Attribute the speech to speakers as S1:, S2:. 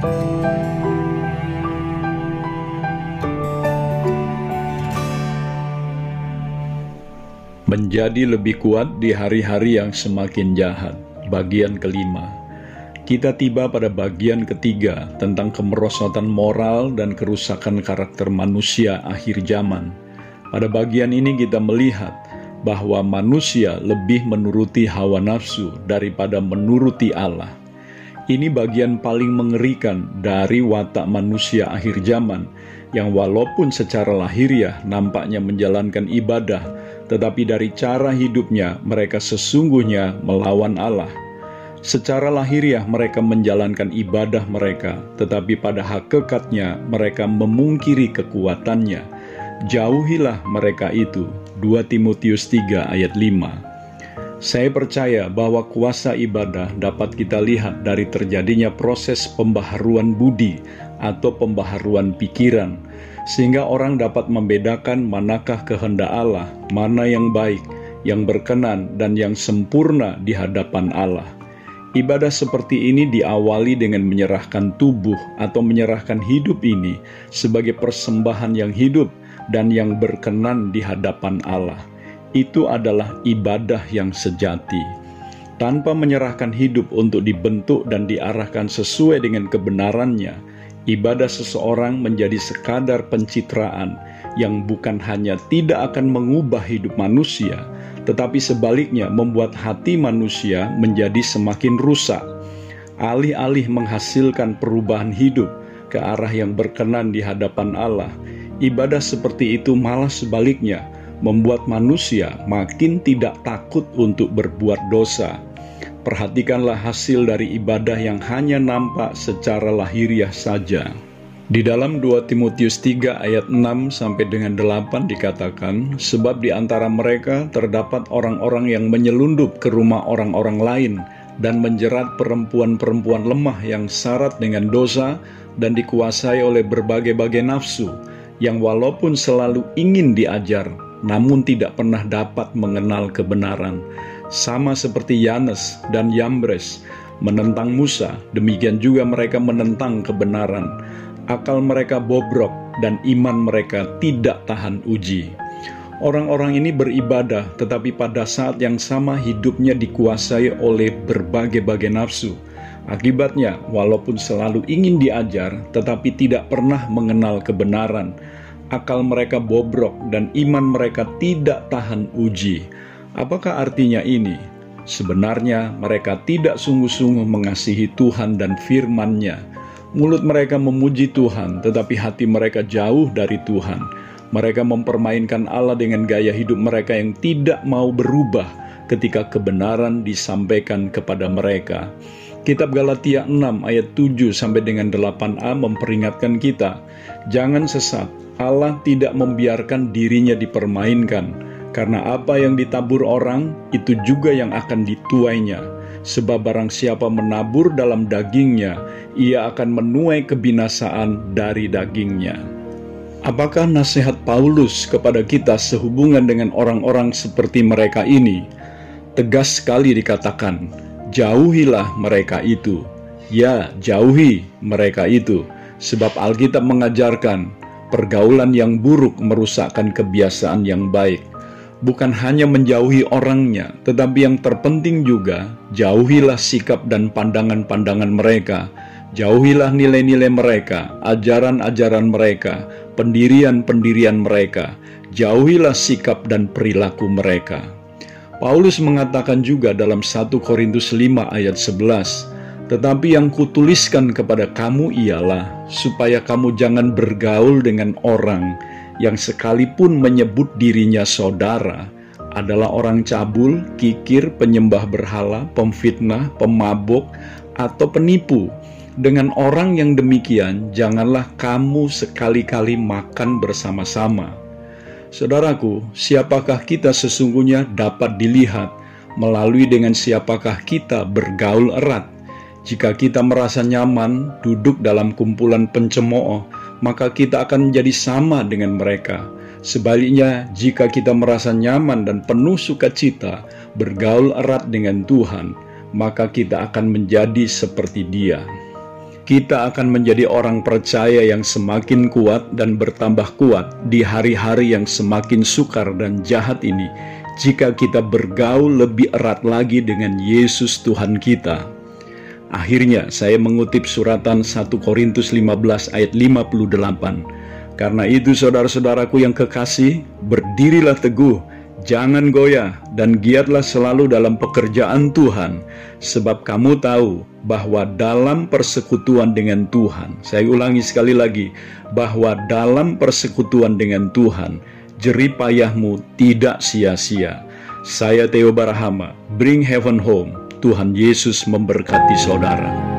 S1: Menjadi lebih kuat di hari-hari yang semakin jahat. Bagian kelima. Kita tiba pada bagian ketiga tentang kemerosotan moral dan kerusakan karakter manusia akhir zaman. Pada bagian ini kita melihat bahwa manusia lebih menuruti hawa nafsu daripada menuruti Allah. Ini bagian paling mengerikan dari watak manusia akhir zaman, yang walaupun secara lahiriah nampaknya menjalankan ibadah, tetapi dari cara hidupnya mereka sesungguhnya melawan Allah. Secara lahiriah mereka menjalankan ibadah mereka, tetapi pada hakikatnya mereka memungkiri kekuatannya. Jauhilah mereka itu. 2 Timotius 3 ayat 5. Saya percaya bahwa kuasa ibadah dapat kita lihat dari terjadinya proses pembaharuan budi atau pembaharuan pikiran, sehingga orang dapat membedakan manakah kehendak Allah, mana yang baik, yang berkenan, dan yang sempurna di hadapan Allah. Ibadah seperti ini diawali dengan menyerahkan tubuh atau menyerahkan hidup ini sebagai persembahan yang hidup dan yang berkenan di hadapan Allah. Itu adalah ibadah yang sejati. Tanpa menyerahkan hidup untuk dibentuk dan diarahkan sesuai dengan kebenarannya, ibadah seseorang menjadi sekadar pencitraan yang bukan hanya tidak akan mengubah hidup manusia, tetapi sebaliknya membuat hati manusia menjadi semakin rusak. Alih-alih menghasilkan perubahan hidup ke arah yang berkenan di hadapan Allah, ibadah seperti itu malah sebaliknya membuat manusia makin tidak takut untuk berbuat dosa. Perhatikanlah hasil dari ibadah yang hanya nampak secara lahiriah saja. Di dalam 2 Timotius 3 ayat 6 sampai dengan 8 dikatakan, sebab di antara mereka terdapat orang-orang yang menyelundup ke rumah orang-orang lain dan menjerat perempuan-perempuan lemah yang syarat dengan dosa dan dikuasai oleh berbagai-bagai nafsu, yang walaupun selalu ingin diajar, namun tidak pernah dapat mengenal kebenaran. Sama seperti Yanes dan Yambres menentang Musa, demikian juga mereka menentang kebenaran. Akal mereka bobrok dan iman mereka tidak tahan uji. Orang-orang ini beribadah, tetapi pada saat yang sama hidupnya dikuasai oleh berbagai-bagai nafsu. Akibatnya, walaupun selalu ingin diajar, tetapi tidak pernah mengenal kebenaran. Akal mereka bobrok dan iman mereka tidak tahan uji. Apakah artinya ini? Sebenarnya mereka tidak sungguh-sungguh mengasihi Tuhan dan firman-Nya. Mulut mereka memuji Tuhan, tetapi hati mereka jauh dari Tuhan. Mereka mempermainkan Allah dengan gaya hidup mereka yang tidak mau berubah ketika kebenaran disampaikan kepada mereka. Kitab Galatia 6 ayat 7 sampai dengan 8a memperingatkan kita, jangan sesat. Allah tidak membiarkan dirinya dipermainkan, karena apa yang ditabur orang, itu juga yang akan dituainya. Sebab barang siapa menabur dalam dagingnya, ia akan menuai kebinasaan dari dagingnya. Apakah nasihat Paulus kepada kita sehubungan dengan orang-orang seperti mereka ini? Tegas sekali dikatakan, jauhilah mereka itu. Ya, jauhi mereka itu. Sebab Alkitab mengajarkan, pergaulan yang buruk merusakkan kebiasaan yang baik. Bukan hanya menjauhi orangnya, tetapi yang terpenting juga, jauhilah sikap dan pandangan-pandangan mereka. Jauhilah nilai-nilai mereka, ajaran-ajaran mereka, pendirian-pendirian mereka. Jauhilah sikap dan perilaku mereka. Paulus mengatakan juga dalam 1 Korintus 5 ayat 11, tetapi yang kutuliskan kepada kamu ialah, supaya kamu jangan bergaul dengan orang yang sekalipun menyebut dirinya saudara, adalah orang cabul, kikir, penyembah berhala, pemfitnah, pemabuk, atau penipu. Dengan orang yang demikian, janganlah kamu sekali-kali makan bersama-sama. Saudaraku, siapakah kita sesungguhnya dapat dilihat melalui dengan siapakah kita bergaul erat. Jika kita merasa nyaman duduk dalam kumpulan pencemooh, maka kita akan menjadi sama dengan mereka. Sebaliknya, jika kita merasa nyaman dan penuh sukacita bergaul erat dengan Tuhan, maka kita akan menjadi seperti Dia. Kita akan menjadi orang percaya yang semakin kuat dan bertambah kuat di hari-hari yang semakin sukar dan jahat ini, jika kita bergaul lebih erat lagi dengan Yesus Tuhan kita. Akhirnya saya mengutip suratan 1 Korintus 15 ayat 58. Karena itu saudara-saudaraku yang kekasih, berdirilah teguh, jangan goyah, dan giatlah selalu dalam pekerjaan Tuhan, sebab kamu tahu bahwa dalam persekutuan dengan Tuhan, saya ulangi sekali lagi, bahwa dalam persekutuan dengan Tuhan, jerih payahmu tidak sia-sia. Saya Theo Barahama, Bring Heaven Home. Tuhan Yesus memberkati saudara.